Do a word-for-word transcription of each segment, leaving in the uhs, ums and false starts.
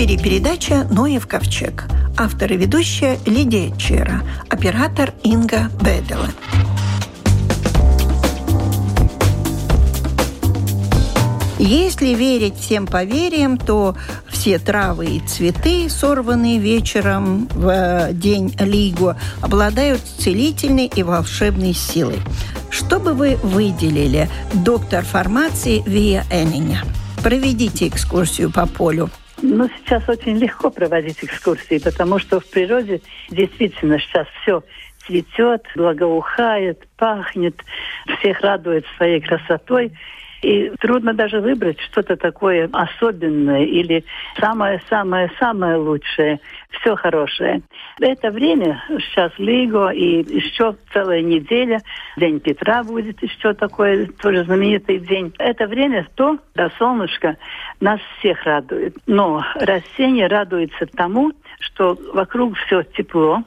эфире передача «Ноев ковчег». Автор и ведущая Лидия Чера. Оператор Инга Бедела. Если верить всем поверьям, то все травы и цветы, сорванные вечером в день Лиго, обладают целительной и волшебной силой. Что бы вы выделили, доктор фармации Вия Энниня? Проведите экскурсию по полю. Ну, сейчас очень легко проводить экскурсии, потому что в природе действительно сейчас все цветет, благоухает, пахнет, всех радует своей красотой. И трудно даже выбрать что-то такое особенное или самое-самое-самое лучшее. Все хорошее. Это время, сейчас Лиго, и еще целая неделя, День Петра будет еще такой, тоже знаменитый день. Это время то, да, солнышко нас всех радует. Но растение радуется тому, что вокруг все тепло,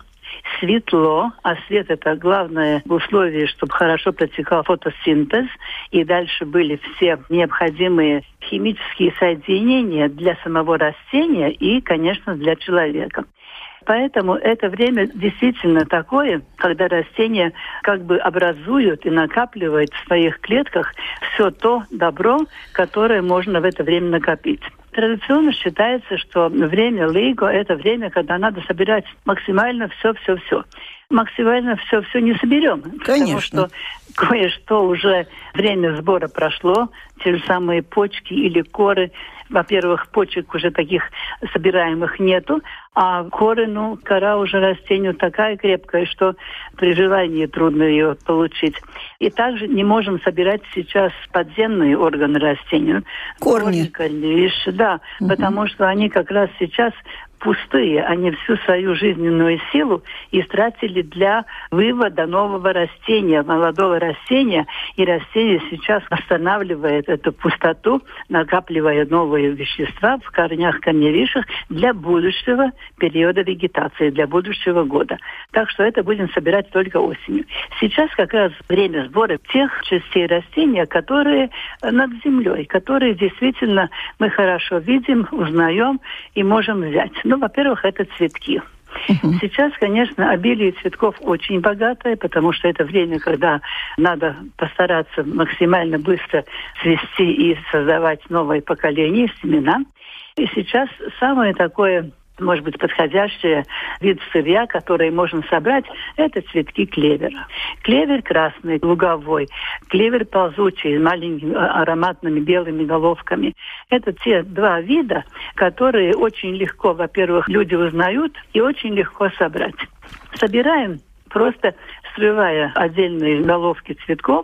светло, а свет – это главное условие, чтобы хорошо протекал фотосинтез, и дальше были все необходимые химические соединения для самого растения и, конечно, для человека. Поэтому это время действительно такое, когда растения как бы образуют и накапливают в своих клетках все то добро, которое можно в это время накопить. Традиционно считается, что время Лиго – это время, когда надо собирать максимально все-все-все. Максимально все-все не соберем. Конечно. Потому что кое-что уже время сбора прошло, те же самые почки или коры. Во-первых, почек уже таких собираемых нету, а коры, ну, кора уже растению такая крепкая, что при желании трудно ее получить. И также не можем собирать сейчас подземные органы растения. Корни. Корни, да, угу. Потому что они как раз сейчас пустые, они всю свою жизненную силу истратили для вывода нового растения, молодого растения, и растение сейчас останавливает эту пустоту, накапливая новые вещества в корнях корневищах для будущего периода вегетации, для будущего года. Так что это будем собирать только осенью. Сейчас как раз время сбора тех частей растения, которые над землей, которые действительно мы хорошо видим, узнаем и можем взять. Ну, во-первых, это цветки. Uh-huh. Сейчас, конечно, обилие цветков очень богатое, потому что это время, когда надо постараться максимально быстро цвести и создавать новое поколение, семена. И сейчас самое такое, может быть, подходящий вид сырья, который можно собрать, это цветки клевера. Клевер красный, луговой, клевер ползучий, с маленькими ароматными белыми головками. Это те два вида, которые очень легко, во-первых, люди узнают и очень легко собрать. Собираем, просто срывая отдельные головки цветков,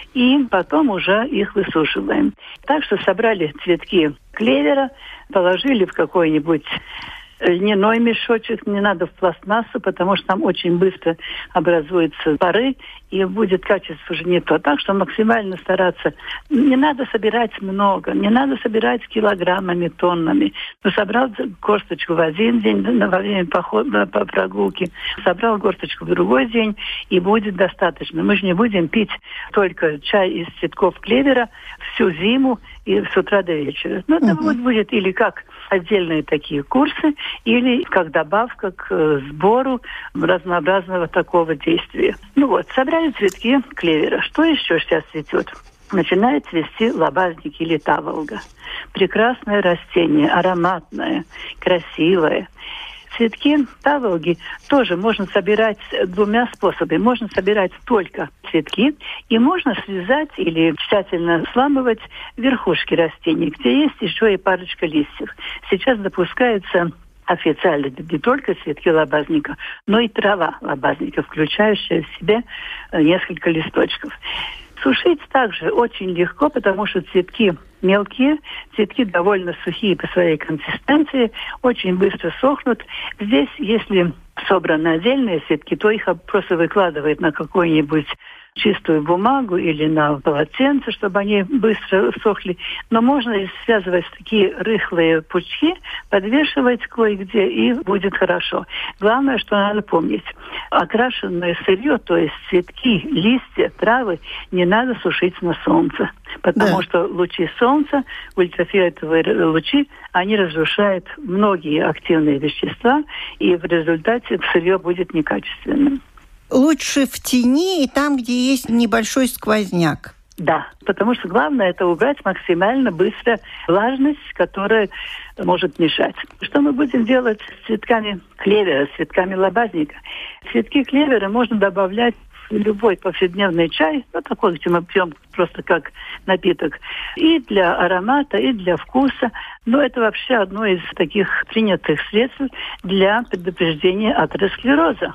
и потом уже их высушиваем. Так что собрали цветки клевера, положили в какой-нибудь льняной мешочек, не надо в пластмассу, потому что там очень быстро образуются пары, и будет качество уже не то. Так что максимально стараться. Не надо собирать много, не надо собирать килограммами, тоннами. Ну, собрал горсточку в один день во время похода по прогулке, собрал горсточку в другой день, и будет достаточно. Мы же не будем пить только чай из цветков клевера всю зиму и с утра до вечера. Ну, это uh-huh. будет или как отдельные такие курсы, или как добавка к сбору разнообразного такого действия. Ну вот, собрали цветки клевера. Что еще сейчас цветет? Начинает цвести лобазник или таволга. Прекрасное растение, ароматное, красивое. Цветки таволги тоже можно собирать двумя способами. Можно собирать только цветки, и можно связать или тщательно сламывать верхушки растений, где есть еще и парочка листьев. Сейчас допускается официально не только цветки лобазника, но и трава лобазника, включающая в себя несколько листочков. Сушить также очень легко, потому что цветки мелкие, цветки довольно сухие по своей консистенции, очень быстро сохнут. Здесь, если собраны отдельные цветки, то их просто выкладывают на какой-нибудь чистую бумагу или на полотенце, чтобы они быстро сохли. Но можно связывать такие рыхлые пучки, подвешивать кое-где, и будет хорошо. Главное, что надо помнить. Окрашенное сырье, то есть цветки, листья, травы, не надо сушить на солнце. Потому да. что лучи солнца, ультрафиолетовые лучи, они разрушают многие активные вещества, и в результате сырье будет некачественным. Лучше в тени и там, где есть небольшой сквозняк. Да, потому что главное это убрать максимально быстро влажность, которая может мешать. Что мы будем делать с цветками клевера, с цветками лобазника? Цветки клевера можно добавлять в любой повседневный чай, ну такой, где мы пьем просто как напиток, и для аромата, и для вкуса. Но это вообще одно из таких принятых средств для предупреждения атеросклероза.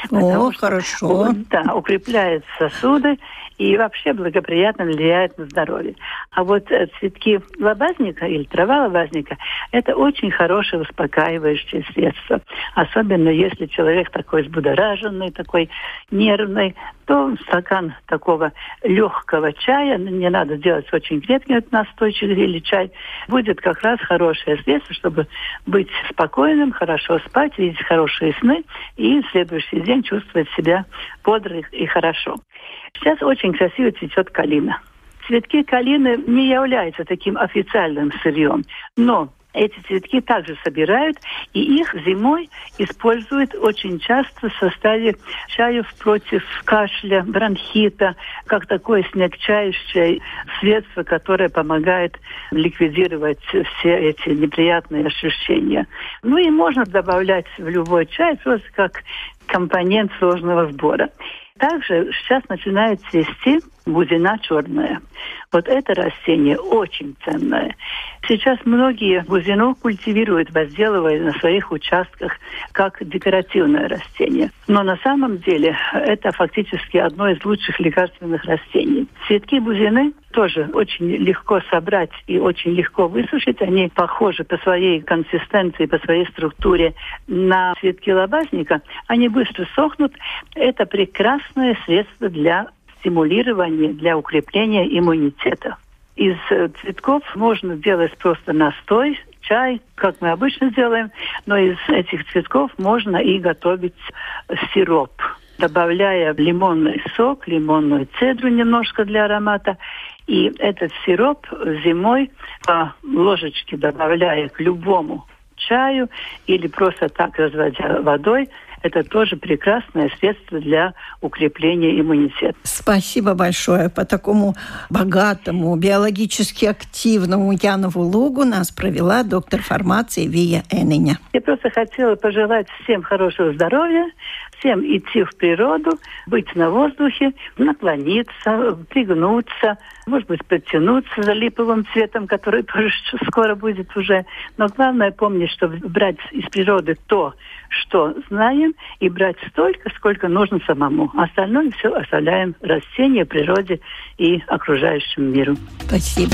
О, хорошо. Да, укрепляет сосуды и вообще благоприятно влияет на здоровье. А вот цветки лобазника или трава лобазника – это очень хорошее успокаивающее средство. Особенно если человек такой взбудораженный, такой нервный, то стакан такого легкого чая, не надо делать очень крепкий настойчивый или чай, будет как раз хорошее средство, чтобы быть спокойным, хорошо спать, видеть хорошие сны и в следующий день чувствовать себя бодро и хорошо. Сейчас очень красиво цветет калина. Цветки калины не являются таким официальным сырьем, но эти цветки также собирают, и их зимой используют очень часто в составе чаев против кашля, бронхита, как такое смягчающее средство, которое помогает ликвидировать все эти неприятные ощущения. Ну и можно добавлять в любой чай просто как компонент сложного сбора. Также сейчас начинает цвести бузина черная. Вот это растение очень ценное. Сейчас многие бузину культивируют, возделывая на своих участках как декоративное растение. Но на самом деле это фактически одно из лучших лекарственных растений. Цветки бузины тоже очень легко собрать и очень легко высушить. Они похожи по своей консистенции, по своей структуре на цветки лобазника. Они быстро сохнут. Это прекрасное средство для стимулирования, для укрепления иммунитета. Из цветков можно делать просто настой, чай, как мы обычно делаем, но из этих цветков можно и готовить сироп, добавляя лимонный сок, лимонную цедру немножко для аромата. И этот сироп зимой по ложечке добавляя к любому чаю или просто так разводя водой, это тоже прекрасное средство для укрепления иммунитета. Спасибо большое. По такому богатому, биологически активному Янову лугу нас провела доктор фармации Вия Эниņa. Я просто хотела пожелать всем хорошего здоровья, всем идти в природу, быть на воздухе, наклониться, пригнуться, может быть, подтянуться за липовым цветом, который тоже скоро будет уже. Но главное помнить, что брать из природы то, что знаем, и брать столько, сколько нужно самому. Остальное все оставляем растениям, природе и окружающему миру. Спасибо.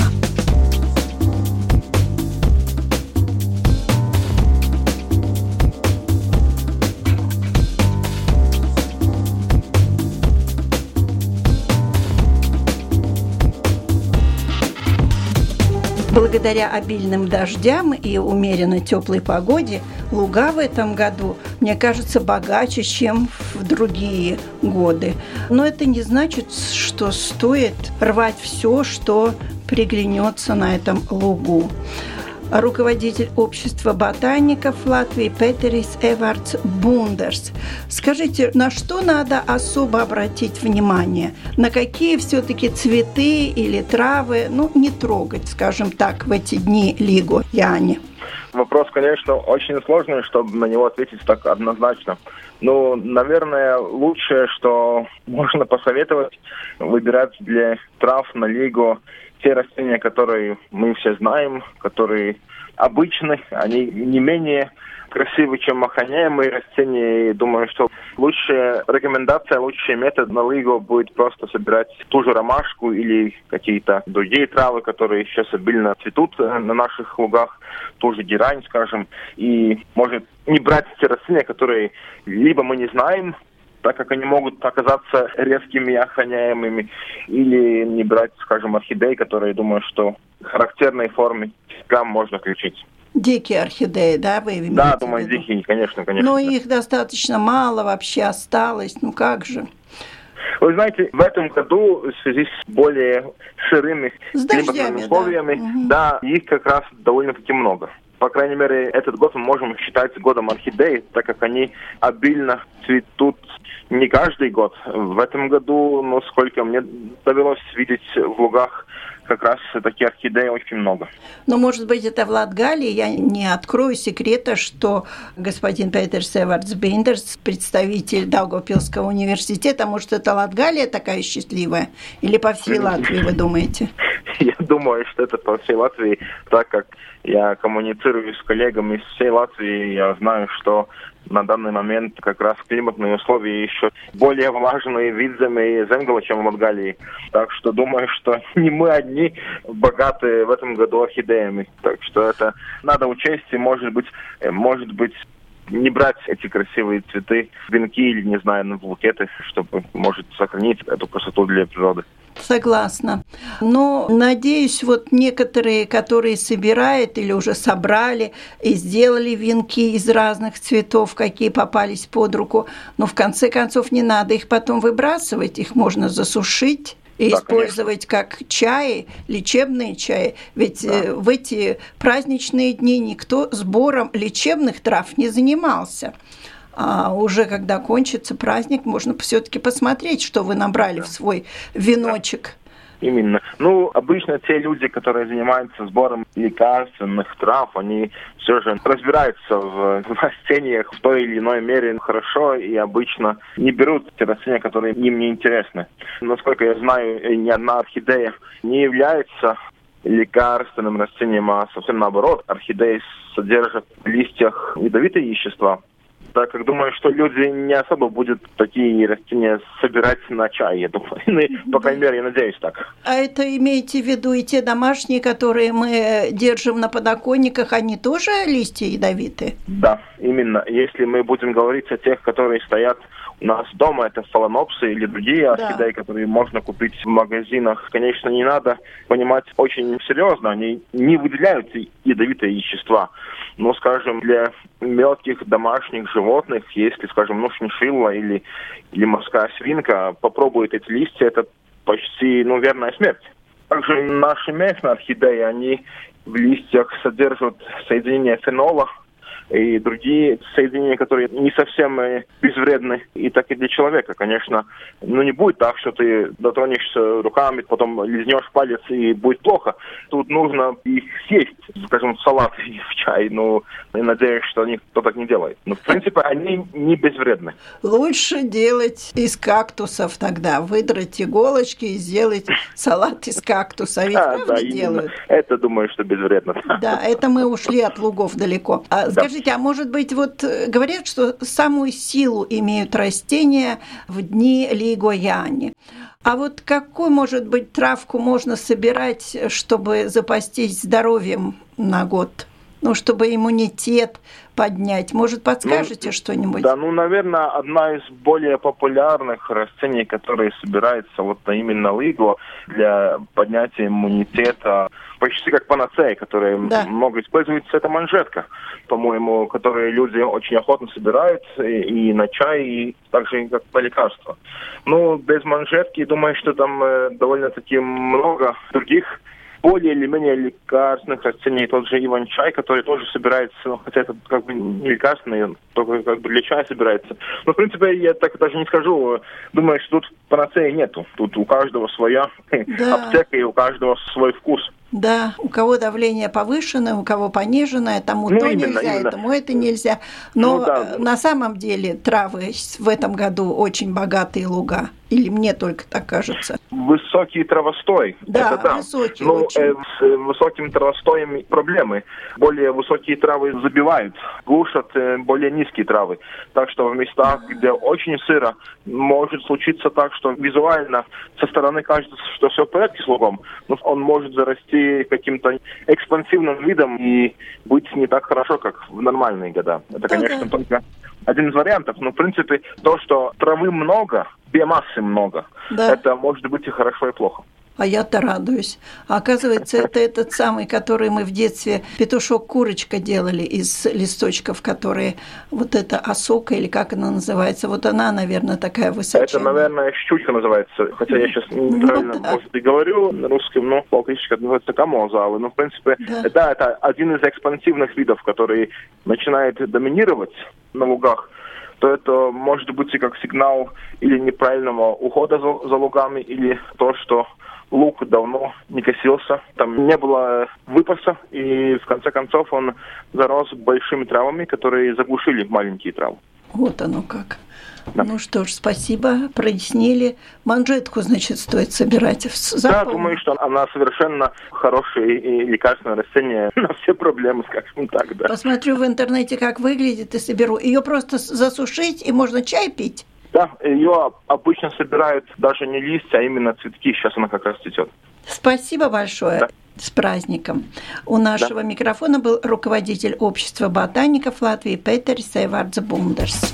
Благодаря обильным дождям и умеренно теплой погоде луга в этом году, мне кажется, богаче, чем в другие годы. Но это не значит, что стоит рвать все, что приглянется на этом лугу. Руководитель общества ботаников Латвии Петерис Эвардс Бундерс. Скажите, на что надо особо обратить внимание? На какие все-таки цветы или травы, ну, не трогать, скажем так, в эти дни Лигу, Яне? Вопрос, конечно, очень сложный, чтобы на него ответить так однозначно. Ну, наверное, лучшее, что можно посоветовать, выбирать для трав на Лигу те растения, которые мы все знаем, которые обычны, они не менее красивы, чем охраняемые растения. И думаю, что лучшая рекомендация, лучший метод на Лигу будет просто собирать ту же ромашку или какие-то другие травы, которые сейчас обильно цветут на наших лугах, ту же герань, скажем, и может не брать те растения, которые либо мы не знаем, так как они могут оказаться резкими и охраняемыми, или не брать, скажем, орхидеи, которые, думаю, что в характерной форме прям можно включить. Дикие орхидеи, да, вы имеете Да, в думаю, виду? дикие, конечно, конечно. Но их достаточно мало вообще осталось, ну как же. Вы знаете, в этом году в связи с более сырыми с климатными условиями, да. да, их как раз довольно-таки много. По крайней мере, этот год мы можем считать годом орхидей, так как они обильно цветут не каждый год. В этом году, ну, сколько мне довелось видеть в лугах, как раз таких орхидей очень много. Но, может быть, это в Латгалии. Я не открою секрета, что господин Петер Севардс-Биндерс, представитель Даугавпилского университета, может, это Латгалия такая счастливая? Или по всей Латвии, вы думаете? Я думаю, что это по всей Латвии, так как я коммуницирую с коллегами из всей Латвии, я знаю, что на данный момент как раз климатные условия еще более влажные в Видземе и Земгале, чем в Латгалии. Так что думаю, что не мы одни богатые в этом году орхидеями. Так что это надо учесть и, может быть, может быть, не брать эти красивые цветы в венки или, не знаю, на букеты, чтобы, может, сохранить эту красоту для природы. Согласна. Но, надеюсь, вот некоторые, которые собирают или уже собрали и сделали венки из разных цветов, какие попались под руку, но в конце концов не надо их потом выбрасывать, их можно засушить и да, использовать конечно. Как чаи, лечебные чаи. Ведь да. в эти праздничные дни никто сбором лечебных трав не занимался. А уже когда кончится праздник, можно все-таки посмотреть, что вы набрали да. в свой веночек. Именно. Ну, обычно те люди, которые занимаются сбором лекарственных трав, они все же разбираются в растениях в той или иной мере хорошо и обычно не берут те растения, которые им не интересны. Насколько я знаю, ни одна орхидея не является лекарственным растением, а совсем наоборот. Орхидеи содержат в листьях ядовитые вещества. Так как думаю, что люди не особо будут такие растения собирать на чай, я думаю. По крайней мере, я надеюсь так. А это имеете в виду и те домашние, которые мы держим на подоконниках, они тоже листья ядовитые? Да, именно. Если мы будем говорить о тех, которые стоят у нас дома, это фаленопсы или другие орхидеи, да. которые можно купить в магазинах, конечно, не надо понимать очень серьезно, они не выделяют ядовитые вещества. Но, скажем, для мелких домашних животных, если, скажем, ну, шиншилла или, или морская свинка попробует эти листья, это почти, ну, верная смерть. Также наши местные орхидеи, они в листьях содержат соединение фенола и другие соединения, которые не совсем безвредны и так и для человека. Конечно, ну не будет так, что ты дотронешься руками, потом лизнешь палец и будет плохо. Тут нужно их съесть, скажем, в салат и в чай. Ну, я надеюсь, что никто так не делает. Но, в принципе, они не безвредны. Лучше делать из кактусов тогда. Выдрать иголочки и сделать салат из кактуса. Ведь а, правда да, делают? Это, думаю, что безвредно. Да, это мы ушли от лугов далеко. А, да. Скажите, а может быть, вот говорят, что самую силу имеют растения в дни Лиго-Яни. А вот какую, может быть, травку можно собирать, чтобы запастись здоровьем на год? Ну, чтобы иммунитет поднять. Может, подскажете ну, что-нибудь? Да, ну, наверное, одна из более популярных растений, которые собираются вот именно лиго для поднятия иммунитета, почти как панацея, которая да. много используется, это манжетка, по-моему, которые люди очень охотно собирают и, и на чай, и также как по лекарству. Ну, без манжетки, думаю, что там э, довольно-таки много других более или менее лекарственных растений, тот же иван-чай, который тоже собирается, ну, хотя это как бы не лекарственный, только как бы для чая собирается. Но, в принципе, я так даже не скажу. Думаю, что тут панацеи нету. Тут у каждого своя да. аптека и у каждого свой вкус. Да, у кого давление повышенное, у кого пониженное, тому ну, то именно, нельзя, именно. Этому это нельзя. Но ну, да. на самом деле травы в этом году очень богатые луга. Или мне только так кажется? Высокий травостой. Да, это да. высокий Ну, очень. Э, с высоким травостоем проблемы. Более высокие травы забивают, глушат э, более низкие травы. Так что в местах, где очень сыро, может случиться так, что визуально со стороны кажется, что все в порядке с лугом, но он может зарасти каким-то экспансивным видом и быть не так хорошо, как в нормальные года. Это, конечно, да. только один из вариантов, но, в принципе, то, что травы много, биомассы много, да. это может быть и хорошо, и плохо. А я-то радуюсь. А оказывается, это этот самый, который мы в детстве петушок-курочка делали из листочков, которые вот эта осока, или как она называется, вот она, наверное, такая высоченная. Это, наверное, щучка называется, хотя я сейчас неправильно, ну, да. может, и говорю на русском, но по-украински называется камозалы. Но, в принципе, да. это, это один из экспансивных видов, который начинает доминировать на лугах. То это может быть и как сигнал или неправильного ухода за, за лугами, или то, что луг давно не косился, там не было выпаса, и в конце концов он зарос большими травами, которые заглушили маленькие травы. Вот оно как. Да. Ну что ж, спасибо, прояснили. Манжетку, значит, стоит собирать. Запомни. Да, думаю, что она совершенно хорошее и лекарственное растение на все проблемы, скажем так. Да. Посмотрю в интернете, как выглядит, и соберу. Ее просто засушить, и можно чай пить? Да, ее обычно собирают даже не листья, а именно цветки. Сейчас она как раз цветет. Спасибо большое. Да. С праздником. У нашего да. микрофона был руководитель общества ботаников Латвии Петер Сейвардс Бундерс.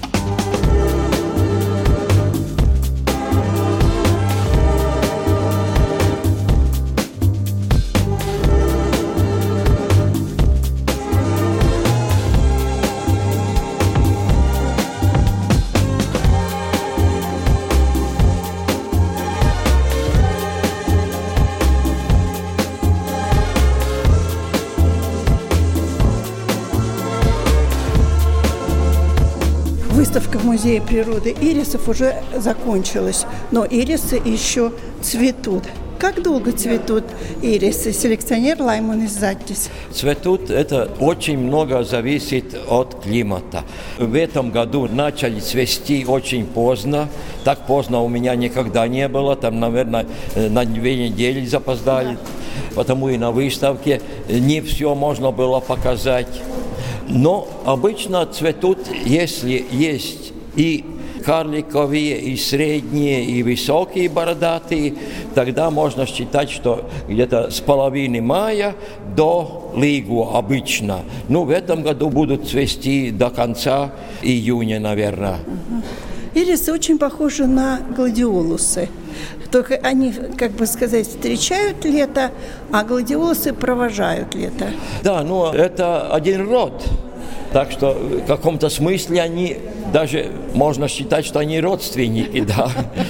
Выставка в Музее природы ирисов уже закончилась, но ирисы еще цветут. Как долго цветут ирисы? Селекционер Лаймон Иззатис. Цветут, это очень много зависит от климата. В этом году начали цвести очень поздно. Так поздно у меня никогда не было. Там, наверное, на две недели запоздали. Потому и на выставке не все можно было показать. Но обычно цветут, если есть и карликовые, и средние, и высокие бородатые, тогда можно считать, что где-то с половины мая до лигу обычно. Ну, в этом году будут цвести до конца июня, наверное. Ирисы очень похожи на гладиолусы. Только они, как бы сказать, встречают лето, а гладиолусы провожают лето. Да, ну это один род. Так что в каком-то смысле они, даже можно считать, что они родственники, да.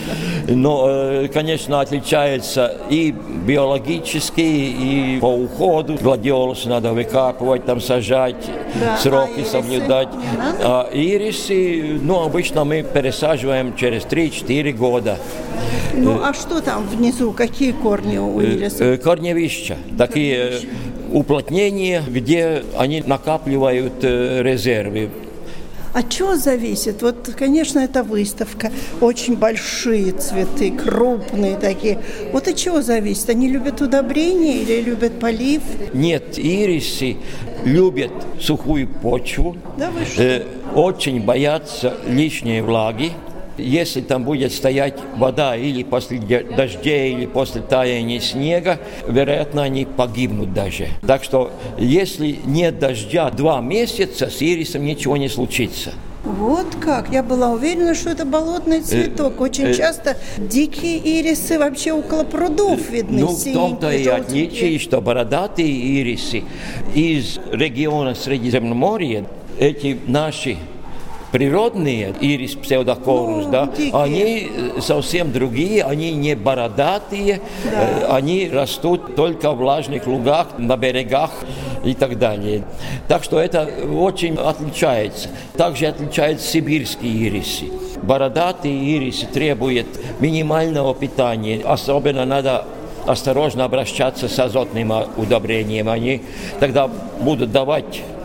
Но, конечно, отличаются и биологически, и по уходу. Гладиолусы надо выкапывать, там сажать, да, сроки а соблюдать. А ирисы, ну, обычно мы пересаживаем через три-четыре года. Ну, а что там внизу? Какие корни у ирисов? Корневища. Такие уплотнения, где они накапливают резервы. От чего зависит? Вот, конечно, это выставка. Очень большие цветы, крупные такие. Вот от чего зависит? Они любят удобрения или любят полив? Нет, ирисы любят сухую почву. Да вы что? Э, очень боятся лишней влаги. Если там будет стоять вода или после дождей, или после таяния снега, вероятно, они погибнут даже. Так что, если нет дождя два месяца, с ирисом ничего не случится. Вот как. Я была уверена, что это болотный цветок. Очень э, часто дикие ирисы вообще около прудов видны. Ну, в том-то и отличие, что бородатые ирисы из региона Средиземноморья, эти наши природные ирис псевдокорус, ну, да, они совсем другие, они не бородатые, да. Они растут только в влажных лугах, на берегах и так далее. Так что это очень отличается. Также отличаются сибирские ирисы. Бородатые ирисы требуют минимального питания, особенно надо осторожно обращаться с азотным удобрением. Они тогда будут давать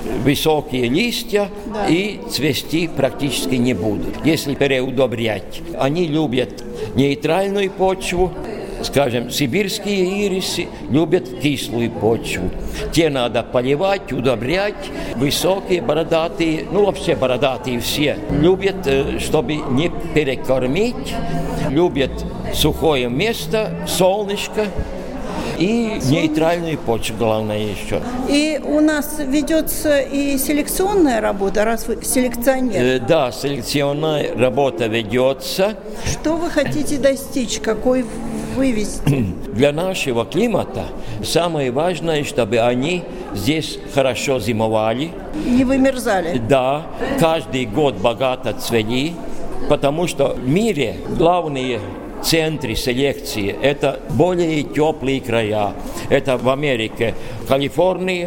высокие листья, да. И цвести практически не будут. Если переудобрять, они любят нейтральную почву. Скажем, сибирские ирисы любят кислую почву. Те надо поливать, удобрять. Высокие, бородатые, ну вообще бородатые все, любят, чтобы не перекормить, любят сухое место, солнышко и нейтральную почву, главное еще. И у нас ведется и селекционная работа, раз вы селекционер. Да, селекционная работа ведется. Что вы хотите достичь, какой вывести? Для нашего климата самое важное, чтобы они здесь хорошо зимовали. Не вымерзали. Да, каждый год богато цвели, потому что в мире главные центры селекции – это более теплые края. Это в Америке Калифорния,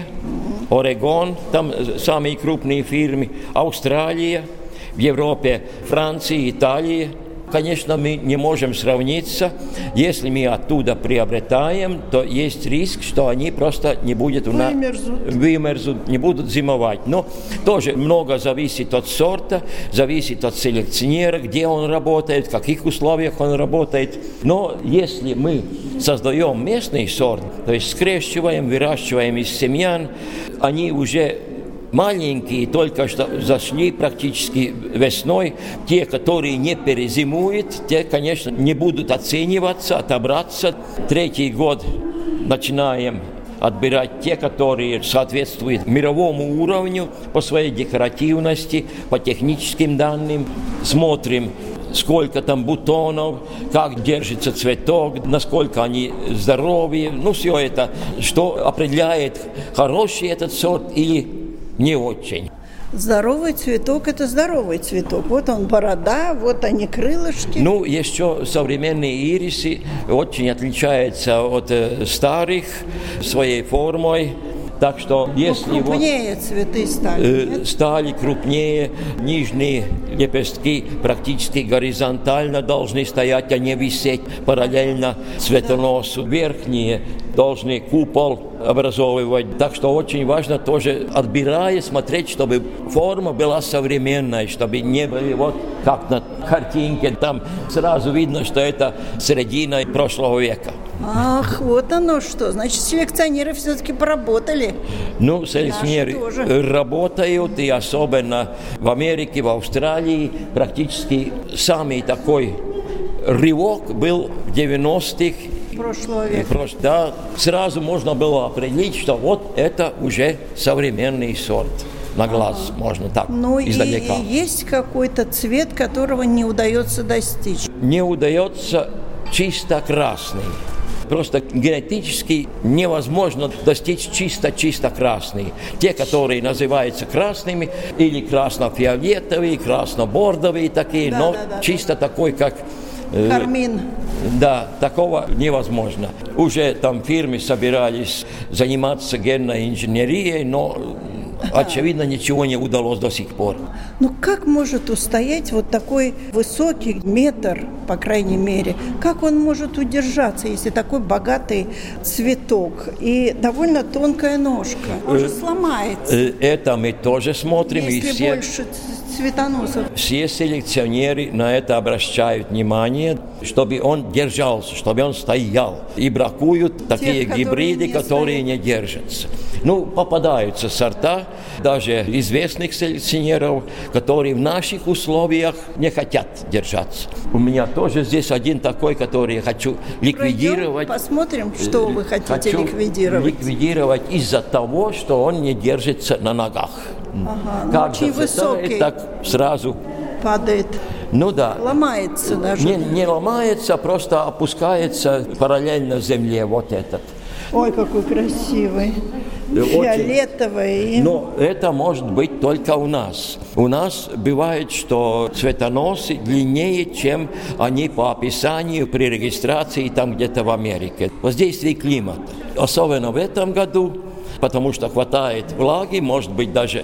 Орегон, там самые крупные фирмы, Австралия, в Европе Франция, Италия. Конечно, мы не можем сравниться. Если мы оттуда приобретаем, то есть риск, что они просто не будут у нас вымерзнут, не будут зимовать. Но тоже много зависит от сорта, зависит от селекционера, где он работает, в каких условиях он работает. Но если мы создаем местный сорт, то есть скрещиваем, выращиваем из семян, они уже маленькие, только что зашли практически весной. Те, которые не перезимуют, те, конечно, не будут оцениваться, отобраться. Третий год начинаем отбирать те, которые соответствуют мировому уровню по своей декоративности, по техническим данным. Смотрим, сколько там бутонов, как держится цветок, насколько они здоровые. Ну, все это, что определяет, хороший этот сорт или не очень. Здоровый цветок – это здоровый цветок. Вот он борода, вот они крылышки. Ну, еще современные ирисы очень отличаются от э, старых своей формой. Так что если ну, крупнее вот, цветы стали, э, стали крупнее, нижние лепестки практически горизонтально должны стоять, а не висеть параллельно цветоносу. Да. Верхние должны купол образовывать. Так что очень важно тоже, отбирая, смотреть, чтобы форма была современная, чтобы не были вот как на картинке, там сразу видно, что это середина прошлого века. Ах, вот оно что. Значит, селекционеры все-таки поработали. Ну, селекционеры работают, и особенно в Америке, в Австралии, практически самый такой рывок был в девяностых. Прошлого века. Да, сразу можно было определить, что вот это уже современный сорт. На глаз ага. можно так, ну издалека. И есть какой-то цвет, которого не удается достичь? Не удается чисто красный. Просто генетически невозможно достичь чисто-чисто красные. Те, которые называются красными, или красно-фиолетовые, красно-бордовые такие, да, но да, да, чисто да. такой, как... Э, кармин. Да, такого невозможно. Уже там фирмы собирались заниматься генной инженерией, но... очевидно, ничего не удалось до сих пор. Ну как может устоять вот такой высокий метр, по крайней мере? Как он может удержаться, если такой богатый цветок и довольно тонкая ножка? Он же сломается. Это мы тоже смотрим. Если и все, больше цветоносов. Все селекционеры на это обращают внимание, чтобы он держался, чтобы он стоял. И бракуют Тех, такие гибриды, которые не держатся. Ну, попадаются сорта, даже известных селекционеров, которые в наших условиях не хотят держаться. У меня тоже здесь один такой, который я хочу ликвидировать. Пройдем, посмотрим, что вы хотите хочу ликвидировать. ликвидировать из-за того, что он не держится на ногах. Ага, как очень высокий. Так сразу падает. Ну да. Ломается даже. Не, не ломается, а просто опускается параллельно земле вот этот. Ой, какой красивый. Фиолетовый. Но это может быть только у нас. У нас бывает, что цветоносы длиннее, чем они по описанию при регистрации там где-то в Америке. Воздействие климата. Особенно в этом году, потому что хватает влаги, может быть даже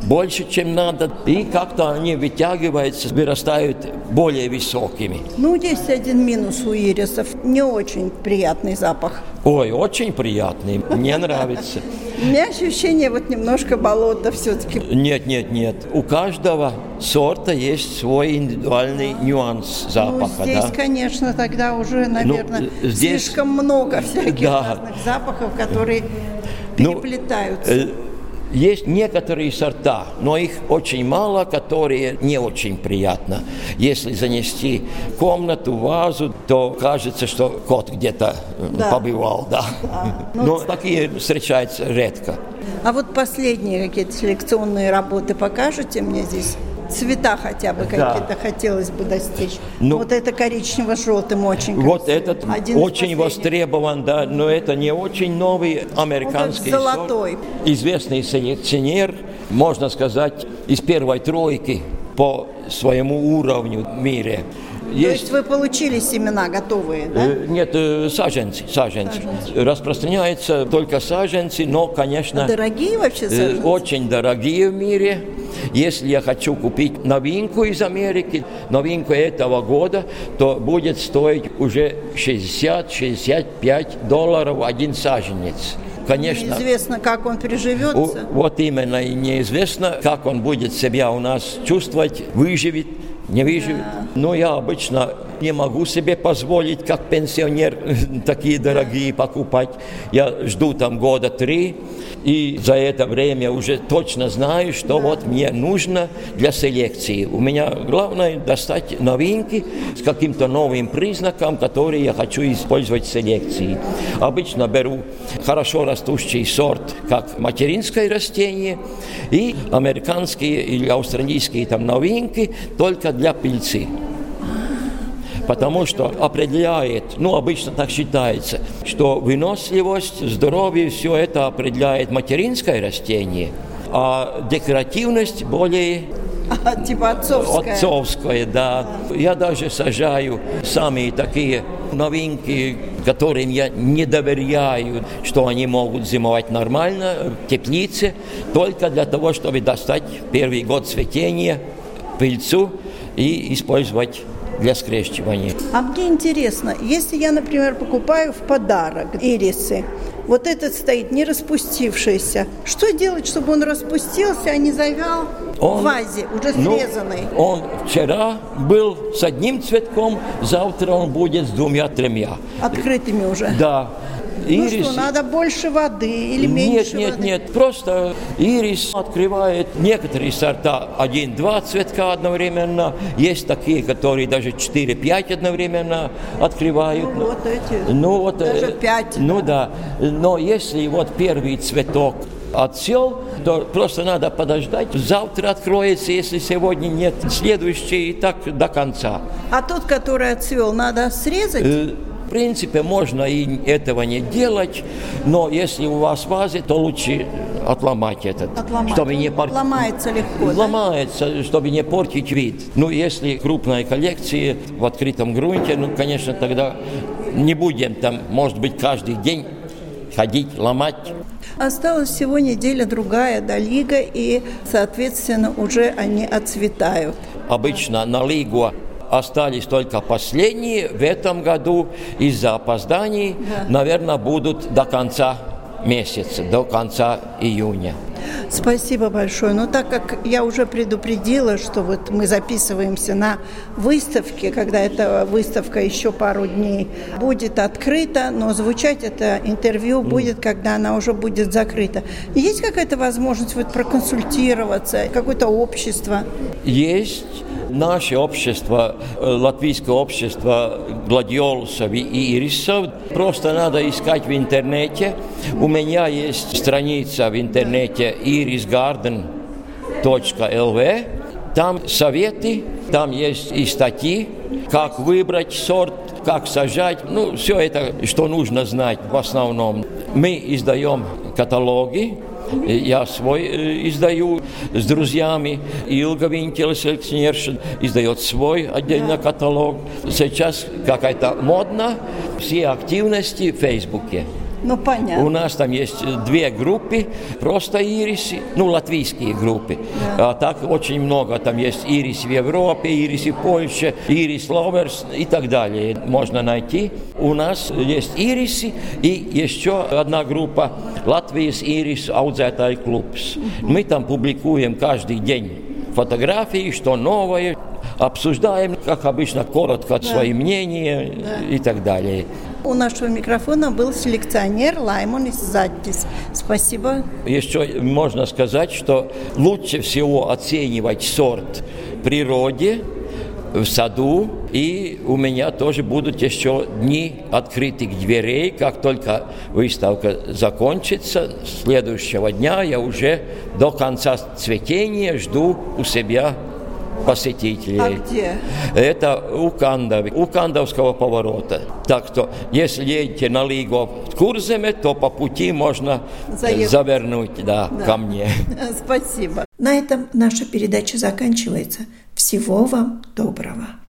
больше, чем надо, и как-то они вытягиваются, вырастают более высокими. Ну, есть один минус у ирисов. Не очень приятный запах. Ой, очень приятный. Мне нравится. У меня ощущение вот немножко болота все-таки. Нет, нет, нет. У каждого сорта есть свой индивидуальный нюанс запаха. Ну, здесь, да? конечно, тогда уже, наверное, ну, здесь... слишком много всяких да. разных запахов, которые переплетаются. Ну, есть некоторые сорта, но их очень мало, которые не очень приятно. Если занести комнату, вазу, то кажется, что кот где-то да. побывал. Да. Да. Ну, но такие встречаются редко. А вот последние какие-то селекционные работы покажете мне здесь? Цвета хотя бы какие-то да. хотелось бы достичь. Ну, вот это коричнево-желтым очень красиво. Вот этот Один очень востребован, да, но это не очень новый американский вот золотой. Сорт. Известный селекционер, можно сказать, из первой тройки по своему уровню в мире. То есть, есть вы получили семена готовые, да? Нет, саженцы, саженцы. саженцы. Распространяются только саженцы, но, конечно... А дорогие вообще саженцы? Очень дорогие в мире. Если я хочу купить новинку из Америки, новинку этого года, то будет стоить уже шестьдесят-шестьдесят пять долларов один саженец. Конечно, неизвестно, как он переживется. Вот именно, и неизвестно, как он будет себя у нас чувствовать, выживет, не выживет. Да. Но я обычно не могу себе позволить, как пенсионер, такие дорогие покупать. Я жду там года три, и за это время уже точно знаю, что да. вот мне нужно для селекции. У меня главное достать новинки с каким-то новым признаком, которые я хочу использовать в селекции. Обычно беру хорошо растущий сорт, как материнское растение, и американские или австралийские там новинки только для пыльцы. Потому что определяет, ну, обычно так считается, что выносливость, здоровье, все это определяет материнское растение, а декоративность более... А, типа отцовская. Отцовская, да. Я даже сажаю самые такие новинки, которым я не доверяю, что они могут зимовать нормально в теплице, только для того, чтобы достать первый год цветения, пыльцу и использовать для скрещивания. А мне интересно, если я, например, покупаю в подарок ирисы, вот этот стоит не распустившийся, что делать, чтобы он распустился, а не завял он, в вазе, уже срезанный? Ну, он вчера был с одним цветком, завтра он будет с двумя-тремя. Открытыми уже? Да. Ну ирис... что, надо больше воды или меньше нет, воды? Нет, нет, нет, просто ирис открывает некоторые сорта один-два цветка одновременно. Есть такие, которые даже четыре-пять одновременно открывают. Ну вот эти, ну, вот, даже пять. Ну да, но если вот первый цветок отцвел, то просто надо подождать. Завтра откроется, если сегодня нет, следующий и так до конца. А тот, который отцвел, надо срезать? В принципе, можно и этого не делать, но если у вас в вазе, то лучше отломать этот, отломать. чтобы не портить. Ломается легко, Ломается, да? чтобы не портить вид. Ну, если крупная коллекция в открытом грунте, ну, конечно, тогда не будем там, может быть, каждый день ходить, ломать. Осталась всего неделя-другая до Лига, и, соответственно, уже они отцветают. Обычно на Лигу остались только последние. В этом году из-за опозданий, да. наверное, будут до конца месяца, до конца июня. Спасибо большое. Но так как я уже предупредила, что вот мы записываемся на выставке, когда эта выставка еще пару дней будет открыта, но звучать это интервью будет, когда она уже будет закрыта. Есть какая-то возможность вот проконсультироваться, какое-то общество? Есть. Наше общество, латвийское общество гладиолусов и ирисов, просто надо искать в интернете. У меня есть страница в интернете iris garden точка эл ви. Там советы, там есть и статьи, как выбрать сорт, как сажать. Ну, все это, что нужно знать в основном. Мы издаем каталоги. Я свой э, издаю с друзьями. Илга Винтель, селекционерша, издает свой отдельный каталог. Сейчас какая-то модно. Все активности в Фейсбуке. Ну, понятно. У нас там есть две группы, просто ирисы, ну, латвийские группы. Да. А так очень много. Там есть ирис в Европе, ирис в Польше, ирис ловерс и так далее. Можно найти. У нас есть ирисы и еще одна группа Латвийс ирис audzētāju клубс. Угу. Мы там публикуем каждый день фотографии, что новое, обсуждаем, как обычно, коротко да. свои мнения да. и так далее. У нашего микрофона был селекционер Лаймонис Заддис. Спасибо. Еще можно сказать, что лучше всего оценивать сорт в природе, в саду. И у меня тоже будут еще дни открытых дверей. Как только выставка закончится, следующего дня я уже до конца цветения жду у себя посетителей. А где? Это у Кандави, у Кандавского поворота. Так что, если едете на Лигу в Курземе, то по пути можно Заехать. завернуть да, да. ко мне. Спасибо. На этом наша передача заканчивается. Всего вам доброго.